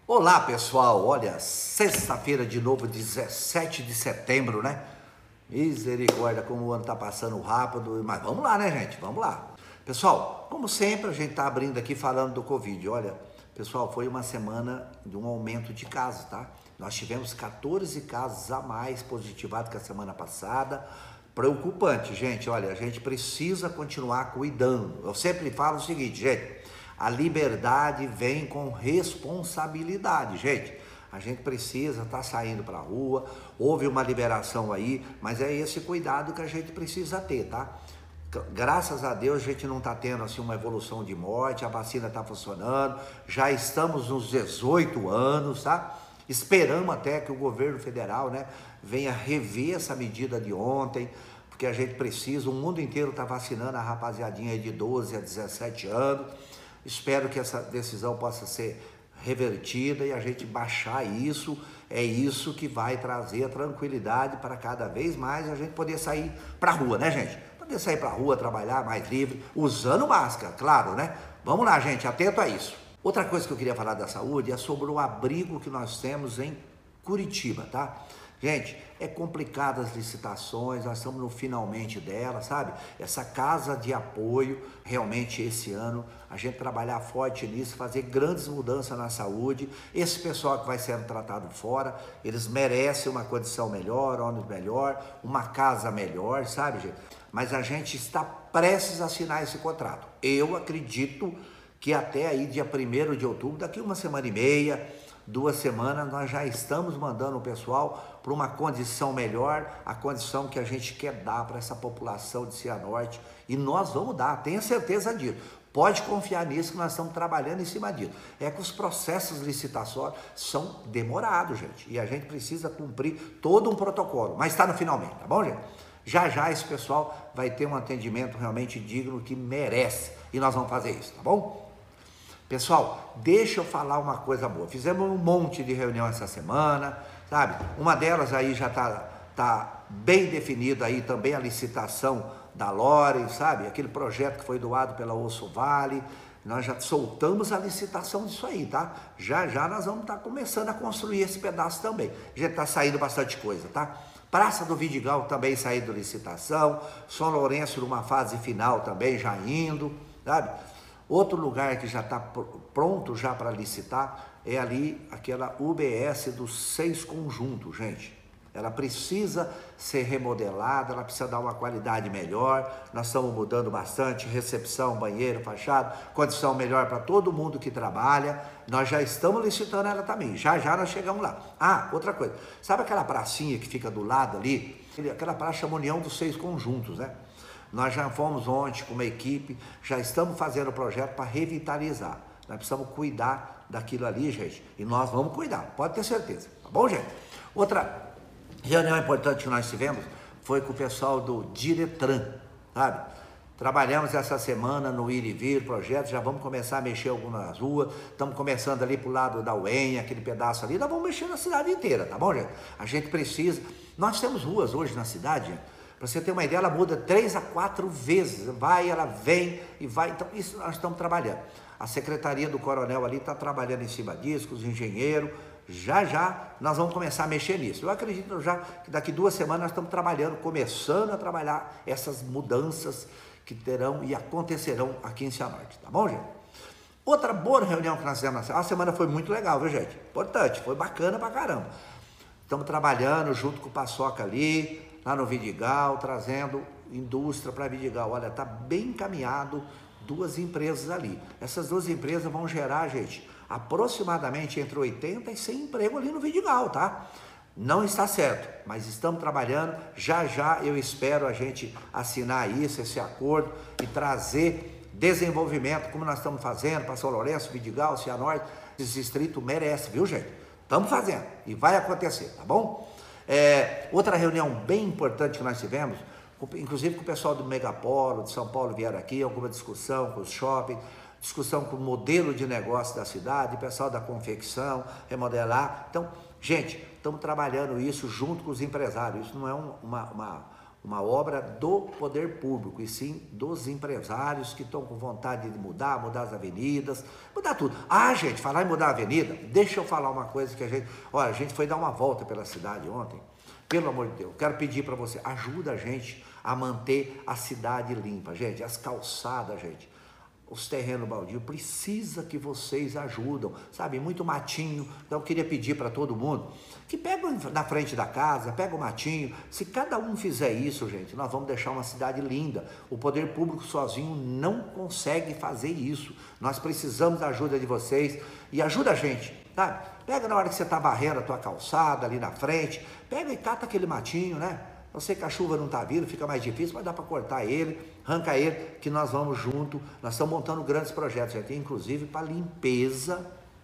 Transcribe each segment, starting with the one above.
Olá pessoal, olha, sexta-feira de novo, 17 de setembro, né? Misericórdia, como o ano tá passando rápido, mas vamos lá, né, gente? Vamos lá. Pessoal, como sempre, a gente tá abrindo aqui falando do Covid. Olha, pessoal, foi uma semana de um aumento de casos, tá? Nós tivemos 14 casos a mais positivados que a semana passada. Preocupante, gente. Olha, a gente precisa continuar cuidando. Eu sempre falo o seguinte, gente. A liberdade vem com responsabilidade, gente. A gente precisa estar saindo para a rua, houve uma liberação aí, mas é esse cuidado que a gente precisa ter, tá? Graças a Deus a gente não está tendo assim uma evolução de morte, a vacina está funcionando, já estamos nos 18 anos, tá? Esperamos até que o governo federal, né, venha rever essa medida de ontem, porque a gente precisa, o mundo inteiro está vacinando a rapaziadinha aí de 12 a 17 anos. Espero que essa decisão possa ser revertida e a gente baixar isso. É isso que vai trazer a tranquilidade para cada vez mais a gente poder sair para a rua, né, gente? Poder sair para a rua, trabalhar mais livre, usando máscara, claro, né? Vamos lá, gente, atento a isso. Outra coisa que eu queria falar da saúde é sobre o abrigo que nós temos em Curitiba, tá? Gente, é complicado as licitações, nós estamos no finalmente dela, sabe? Essa casa de apoio, realmente esse ano, a gente trabalhar forte nisso, fazer grandes mudanças na saúde. Esse pessoal que vai sendo tratado fora, eles merecem uma condição melhor, ônibus melhor, uma casa melhor, sabe, gente? Mas a gente está prestes a assinar esse contrato. Eu acredito que até aí, dia 1º de outubro, daqui uma semana e meia, 2 semanas, nós já estamos mandando o pessoal para uma condição melhor, a condição que a gente quer dar para essa população de Cianorte, e nós vamos dar, tenha certeza disso. Pode confiar nisso que nós estamos trabalhando em cima disso. É que os processos licitatórios são demorados, gente, e a gente precisa cumprir todo um protocolo, mas está no finalmente, tá bom, gente? Já esse pessoal vai ter um atendimento realmente digno que merece, e nós vamos fazer isso, tá bom? Pessoal, deixa eu falar uma coisa boa. Fizemos um monte de reunião essa semana, sabe? Uma delas aí já tá bem definida aí também a licitação da Lore, sabe? Aquele projeto que foi doado pela Osso Vale. Nós já soltamos a licitação disso aí, tá? Já nós vamos estar começando a construir esse pedaço também. Já está saindo bastante coisa, tá? Praça do Vidigal também saindo licitação. São Lourenço numa fase final também já indo, sabe? Outro lugar que já está pronto já para licitar é ali aquela UBS dos 6 conjuntos, gente. Ela precisa ser remodelada, ela precisa dar uma qualidade melhor. Nós estamos mudando bastante, recepção, banheiro, fachada, condição melhor para todo mundo que trabalha. Nós já estamos licitando ela também, já nós chegamos lá. Ah, outra coisa, sabe aquela pracinha que fica do lado ali? Aquela praça chama União dos 6 conjuntos, né? Nós já fomos ontem com uma equipe, já estamos fazendo o projeto para revitalizar. Nós precisamos cuidar daquilo ali, gente, e nós vamos cuidar, pode ter certeza, tá bom, gente? Outra reunião importante que nós tivemos foi com o pessoal do Diretran, sabe? Trabalhamos essa semana no ir e vir projeto, já vamos começar a mexer algumas ruas, estamos começando ali para o lado da UEM, aquele pedaço ali, nós vamos mexer na cidade inteira, tá bom, gente? A gente precisa, nós temos ruas hoje na cidade, gente. Para você ter uma ideia, ela muda 3 a 4 vezes, vai, ela vem e vai, então isso nós estamos trabalhando. A Secretaria do Coronel ali está trabalhando em cima disso, com os engenheiros, já nós vamos começar a mexer nisso. Eu acredito já que daqui 2 semanas nós estamos trabalhando, começando a trabalhar essas mudanças que terão e acontecerão aqui em Cianorte, tá bom, gente? Outra boa reunião que nós fizemos, a semana foi muito legal, viu, gente? Importante, foi bacana pra caramba. Estamos trabalhando junto com o Paçoca ali, lá no Vidigal, trazendo indústria para Vidigal. Olha, está bem encaminhado 2 empresas ali. Essas 2 empresas vão gerar, gente, aproximadamente entre 80 e 100 empregos ali no Vidigal, tá? Não está certo, mas estamos trabalhando. Já eu espero a gente assinar isso, esse acordo e trazer desenvolvimento, como nós estamos fazendo para São Lourenço, Vidigal, Cianorte. Esse distrito merece, viu, gente? Estamos fazendo e vai acontecer, tá bom? Outra reunião bem importante que nós tivemos, inclusive com o pessoal do Megapolo, de São Paulo vieram aqui, alguma discussão com os shoppings, discussão com o modelo de negócio da cidade, pessoal da confecção, remodelar. Então, gente, estamos trabalhando isso junto com os empresários. Isso não é uma obra do poder público, e sim dos empresários que estão com vontade de mudar as avenidas, mudar tudo. Ah, gente, falar em mudar a avenida, deixa eu falar uma coisa que olha, a gente foi dar uma volta pela cidade ontem, pelo amor de Deus, quero pedir para você, ajuda a gente a manter a cidade limpa, gente, as calçadas, gente. Os terrenos baldios, precisa que vocês ajudam, sabe, muito matinho. Então eu queria pedir para todo mundo que pega na frente da casa, pega o matinho. Se cada um fizer isso, gente, nós vamos deixar uma cidade linda. O poder público sozinho não consegue fazer isso. Nós precisamos da ajuda de vocês e ajuda a gente, sabe? Pega na hora que você está varrendo a tua calçada ali na frente, pega e cata aquele matinho, né? Eu sei que a chuva não está vindo, fica mais difícil, mas dá para cortar ele, arranca ele, que nós vamos junto. Nós estamos montando grandes projetos aqui, inclusive para limpeza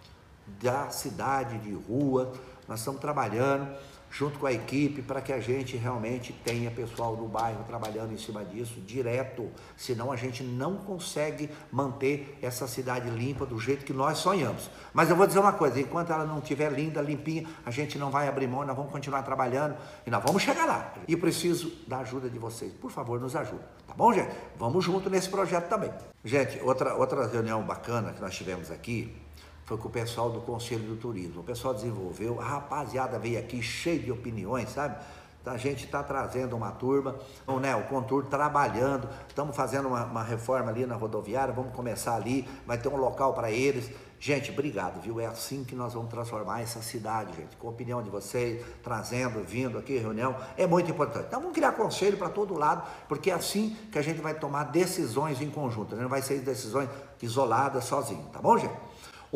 da cidade, de rua. Nós estamos trabalhando junto com a equipe para que a gente realmente tenha pessoal do bairro trabalhando em cima disso direto, senão a gente não consegue manter essa cidade limpa do jeito que nós sonhamos. Mas eu vou dizer uma coisa, enquanto ela não estiver linda, limpinha, a gente não vai abrir mão, nós vamos continuar trabalhando e nós vamos chegar lá. E preciso da ajuda de vocês, por favor, nos ajude, tá bom, gente? Vamos junto nesse projeto também. Gente, outra reunião bacana que nós tivemos aqui, foi com o pessoal do Conselho do Turismo. O pessoal desenvolveu, a rapaziada veio aqui cheio de opiniões, sabe? A gente está trazendo uma turma, né, o Contur trabalhando, estamos fazendo uma reforma ali na rodoviária, vamos começar ali, vai ter um local para eles. Gente, obrigado, viu? É assim que nós vamos transformar essa cidade, gente, com a opinião de vocês, trazendo, vindo aqui, reunião, é muito importante. Então vamos criar conselho para todo lado, porque é assim que a gente vai tomar decisões em conjunto, não vai ser decisões isoladas, sozinho, tá bom, gente?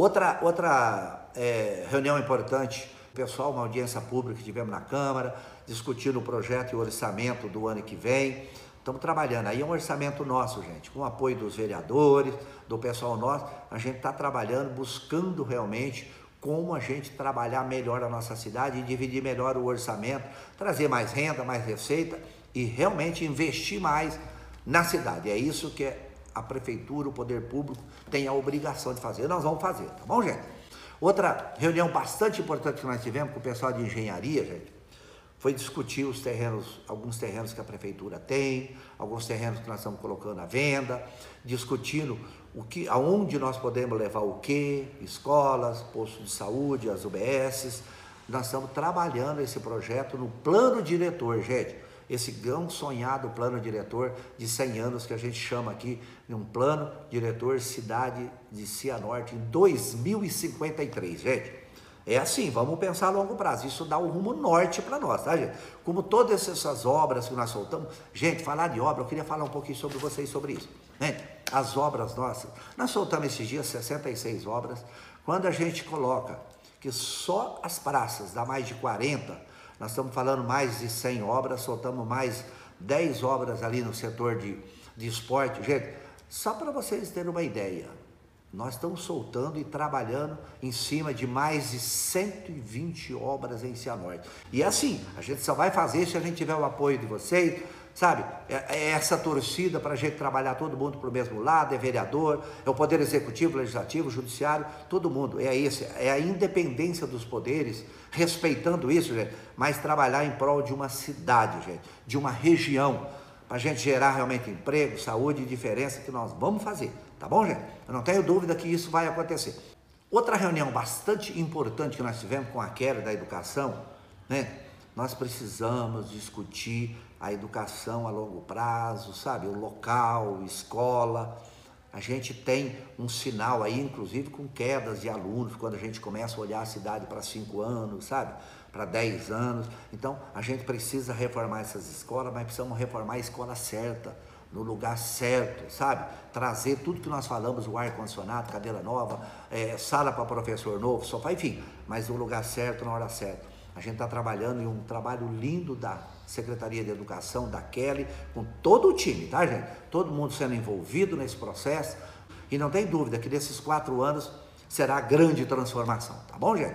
Outra reunião importante, pessoal, uma audiência pública que tivemos na Câmara, discutindo o projeto e o orçamento do ano que vem. Estamos trabalhando, aí é um orçamento nosso, gente, com o apoio dos vereadores, do pessoal nosso, a gente está trabalhando, buscando realmente como a gente trabalhar melhor a nossa cidade e dividir melhor o orçamento, trazer mais renda, mais receita e realmente investir mais na cidade. É isso que a prefeitura, o poder público tem a obrigação de fazer. Nós vamos fazer, tá bom, gente? Outra reunião bastante importante que nós tivemos com o pessoal de engenharia, gente, foi discutir os terrenos, alguns terrenos que a prefeitura tem, alguns terrenos que nós estamos colocando à venda, discutindo aonde nós podemos levar o quê, escolas, postos de saúde, as UBSs. Nós estamos trabalhando esse projeto no plano diretor, gente. Esse tão sonhado plano diretor de 100 anos que a gente chama aqui de um plano diretor cidade de Cianorte em 2053, gente. É assim, vamos pensar a longo prazo, isso dá o rumo norte para nós, tá, gente? Como todas essas obras que nós soltamos, gente, falar de obra, eu queria falar um pouquinho sobre vocês sobre isso, né? As obras nossas, nós soltamos esses dias 66 obras, quando a gente coloca que só as praças dá mais de 40, nós estamos falando mais de 100 obras, soltamos mais 10 obras ali no setor de esporte. Gente, só para vocês terem uma ideia, nós estamos soltando e trabalhando em cima de mais de 120 obras em Cianorte. E assim, a gente só vai fazer se a gente tiver o apoio de vocês, sabe? É essa torcida para a gente trabalhar todo mundo para o mesmo lado, é vereador, é o poder executivo, legislativo, judiciário, todo mundo. É a independência dos poderes, respeitando isso, gente, mas trabalhar em prol de uma cidade, gente, de uma região, para a gente gerar realmente emprego, saúde e diferença que nós vamos fazer, tá bom, gente? Eu não tenho dúvida que isso vai acontecer. Outra reunião bastante importante que nós tivemos com a Kelly da educação, né? Nós precisamos discutir a educação a longo prazo, sabe? O local, escola. A gente tem um sinal aí, inclusive com quedas de alunos, quando a gente começa a olhar a cidade para 5 anos, sabe? Para 10 anos. Então, a gente precisa reformar essas escolas, mas precisamos reformar a escola certa, no lugar certo, sabe? Trazer tudo que nós falamos, o ar-condicionado, cadeira nova, sala para professor novo, sofá, enfim, mas no lugar certo, na hora certa. A gente está trabalhando em um trabalho lindo da Secretaria de Educação, da Kelly, com todo o time, tá, gente? Todo mundo sendo envolvido nesse processo. E não tem dúvida que nesses 4 anos será a grande transformação, tá bom, gente?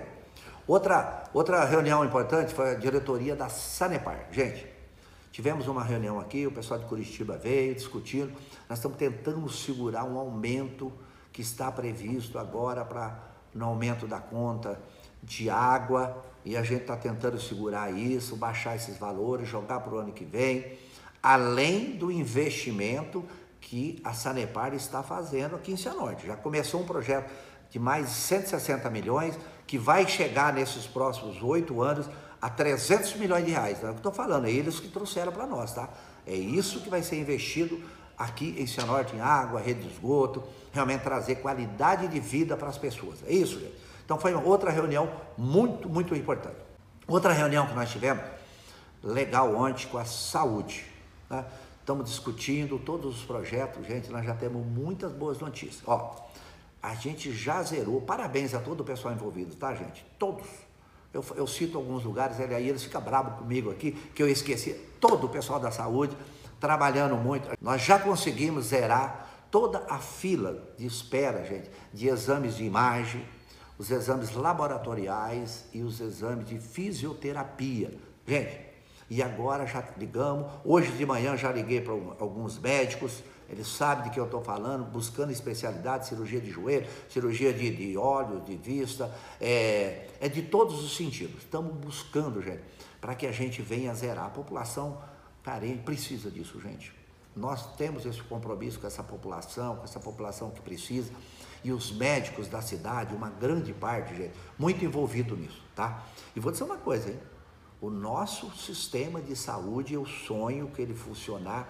Outra reunião importante foi a diretoria da Sanepar. Gente, tivemos uma reunião aqui, o pessoal de Curitiba veio discutindo. Nós estamos tentando segurar um aumento que está previsto agora no aumento da conta de água, e a gente está tentando segurar isso, baixar esses valores, jogar para o ano que vem. além do investimento que a Sanepar está fazendo aqui em Cianorte. Já começou um projeto de mais de 160 milhões, que vai chegar nesses próximos 8 anos a 300 milhões de reais. Não é o que eu estou falando, é eles que trouxeram para nós, tá? É isso que vai ser investido aqui em Cianorte, em água, rede de esgoto, realmente trazer qualidade de vida para as pessoas. É isso, gente. Então foi outra reunião muito, muito importante. Outra reunião que nós tivemos, legal ontem, com a saúde, né? Estamos discutindo todos os projetos, gente, nós já temos muitas boas notícias. Ó, a gente já zerou, parabéns a todo o pessoal envolvido, tá, gente? Todos. Eu cito alguns lugares, aí eles ficam bravos comigo aqui, que eu esqueci, todo o pessoal da saúde, trabalhando muito. Nós já conseguimos zerar toda a fila de espera, gente, de exames de imagem, os exames laboratoriais e os exames de fisioterapia. Gente, e agora já ligamos, hoje de manhã já liguei para alguns médicos, eles sabem de que eu estou falando, buscando especialidade, cirurgia de joelho, cirurgia de olho, de vista, é de todos os sentidos. Estamos buscando, gente, para que a gente venha zerar. A população carente precisa disso, gente. Nós temos esse compromisso com essa população que precisa, e os médicos da cidade, uma grande parte, gente, muito envolvido nisso, tá? E vou dizer uma coisa, hein? O nosso sistema de saúde, eu sonho que ele funcionar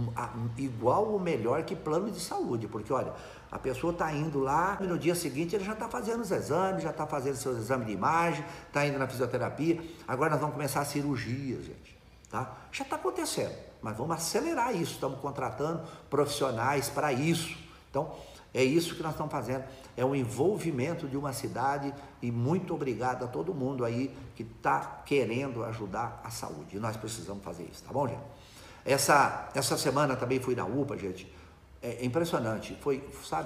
igual ou melhor que plano de saúde, porque olha, a pessoa está indo lá e no dia seguinte ele já está fazendo os exames, já está fazendo seus exames de imagem, está indo na fisioterapia, agora nós vamos começar a cirurgia, gente, tá? Já está acontecendo, mas vamos acelerar isso, estamos contratando profissionais para isso, então é isso que nós estamos fazendo, é o envolvimento de uma cidade, e muito obrigado a todo mundo aí que está querendo ajudar a saúde, e nós precisamos fazer isso, tá bom, gente? Essa semana também fui na UPA, gente, é impressionante, foi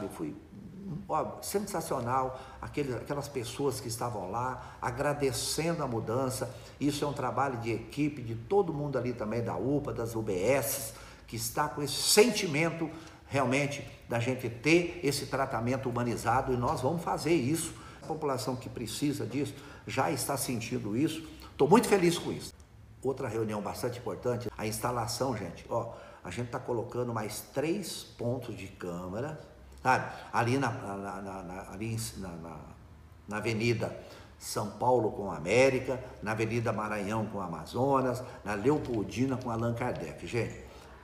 sensacional, aquelas pessoas que estavam lá, agradecendo a mudança, isso é um trabalho de equipe, de todo mundo ali também da UPA, das UBSs, que está com esse sentimento realmente da gente ter esse tratamento humanizado, e nós vamos fazer isso. A população que precisa disso já está sentindo isso, estou muito feliz com isso. Outra reunião bastante importante, a instalação, gente, ó, a gente está colocando mais 3 pontos de câmera, sabe? Ali na Avenida São Paulo com a América, na Avenida Maranhão com a Amazonas, na Leopoldina com Allan Kardec, gente.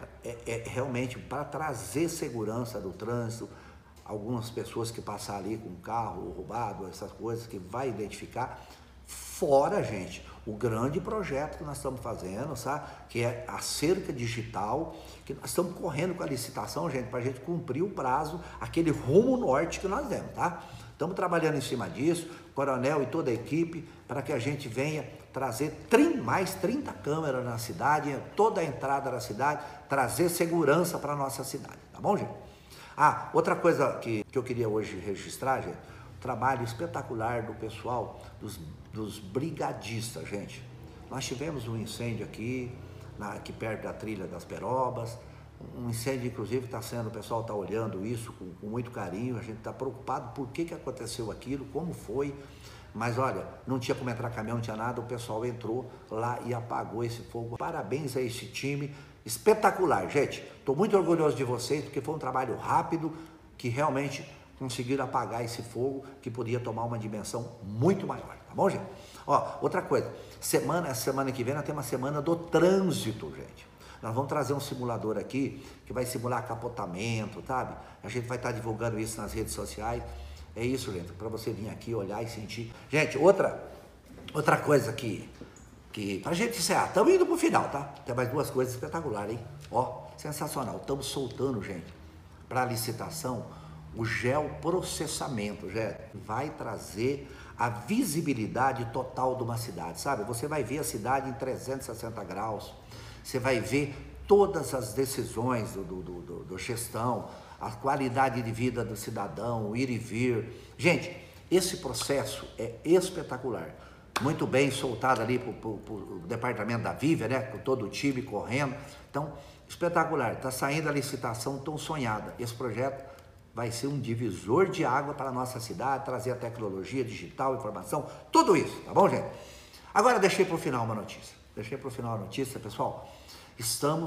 É realmente para trazer segurança do trânsito, algumas pessoas que passam ali com carro roubado, essas coisas que vai identificar, fora, gente, o grande projeto que nós estamos fazendo, sabe? Que é a cerca digital, que nós estamos correndo com a licitação, gente, para a gente cumprir o prazo, aquele rumo norte que nós demos, tá? Estamos trabalhando em cima disso, coronel e toda a equipe, para que a gente venha trazer mais 30 câmeras na cidade, toda a entrada da cidade, trazer segurança para a nossa cidade, tá bom, gente? Ah, outra coisa que eu queria hoje registrar, gente, o trabalho espetacular do pessoal, dos brigadistas, gente. Nós tivemos um incêndio aqui perto da trilha das Perobas, um incêndio, inclusive, o pessoal está olhando isso com muito carinho, a gente está preocupado por que aconteceu aquilo, como foi, mas olha, não tinha como entrar caminhão, não tinha nada, o pessoal entrou lá e apagou esse fogo. Parabéns a esse time, espetacular, gente, estou muito orgulhoso de vocês, porque foi um trabalho rápido, que realmente conseguiram apagar esse fogo, que podia tomar uma dimensão muito maior, tá bom, gente? Ó, outra coisa, semana que vem nós temos uma semana do trânsito, gente. Nós vamos trazer um simulador aqui, que vai simular capotamento, sabe? A gente vai estar divulgando isso nas redes sociais. É isso, gente, para você vir aqui, olhar e sentir. Gente, outra coisa que pra gente encerrar, estamos indo pro final, tá? Tem mais 2 coisas espetaculares, hein? Ó, sensacional, estamos soltando, gente, para licitação, o geoprocessamento, gente, vai trazer a visibilidade total de uma cidade, sabe? Você vai ver a cidade em 360 graus, você vai ver todas as decisões do gestão, a qualidade de vida do cidadão, o ir e vir. Gente, esse processo é espetacular. Muito bem soltado ali para o departamento da Vívia, né? Com todo o time correndo. Então, espetacular. Está saindo a licitação tão sonhada. Esse projeto vai ser um divisor de água para a nossa cidade, trazer a tecnologia digital, informação, tudo isso, tá bom, gente? Agora deixei para o final uma notícia. Pessoal. Estamos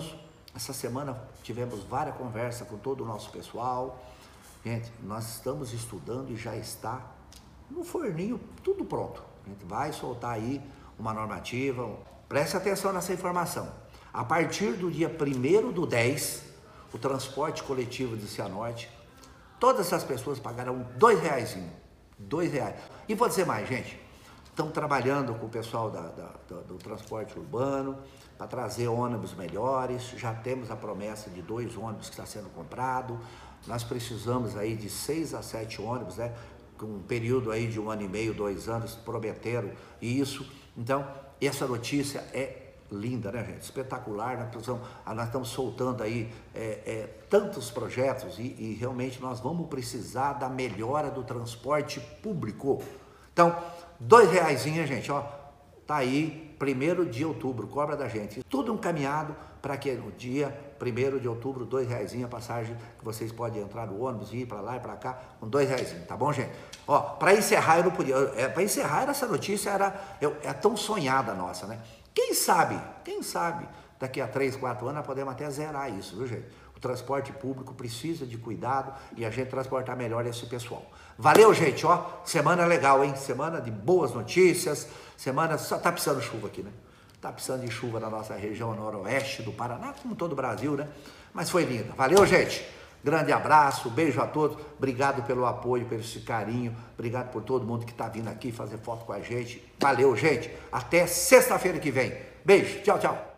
Essa semana tivemos várias conversas com todo o nosso pessoal. Gente, nós estamos estudando e já está no forninho, tudo pronto. A gente vai soltar aí uma normativa. Preste atenção nessa informação. A partir do dia 1º do 10, o transporte coletivo de Cianorte, todas essas pessoas pagarão R$2. R$2. E vou dizer mais, gente. Estamos trabalhando com o pessoal do transporte urbano para trazer ônibus melhores. Já temos a promessa de 2 ônibus que está sendo comprado. Nós precisamos aí de 6 a 7 ônibus, né? Com um período aí de 1 ano e meio, 2 anos, prometeram isso. Então, essa notícia é linda, né, gente? Espetacular. Nós estamos soltando aí tantos projetos e realmente nós vamos precisar da melhora do transporte público. Então, R$2, gente, ó, tá aí, 1º de outubro, cobra da gente. Tudo encaminhado para que no dia 1º de outubro, R$2 a passagem, que vocês podem entrar no ônibus e ir para lá e para cá com R$2, tá bom, gente? Ó, para encerrar, eu não podia, para encerrar essa notícia é tão sonhada nossa, né? Quem sabe, daqui a 3, 4 anos nós podemos até zerar isso, viu, gente? O transporte público precisa de cuidado e a gente transportar melhor esse pessoal. Valeu, gente, ó, semana legal, hein? Semana de boas notícias, semana, só tá precisando de chuva aqui, né? Tá precisando de chuva na nossa região noroeste do Paraná, como todo o Brasil, né? Mas foi linda. Valeu, gente. Grande abraço, beijo a todos. Obrigado pelo apoio, pelo esse carinho. Obrigado por todo mundo que tá vindo aqui fazer foto com a gente. Valeu, gente. Até sexta-feira que vem. Beijo. Tchau, tchau.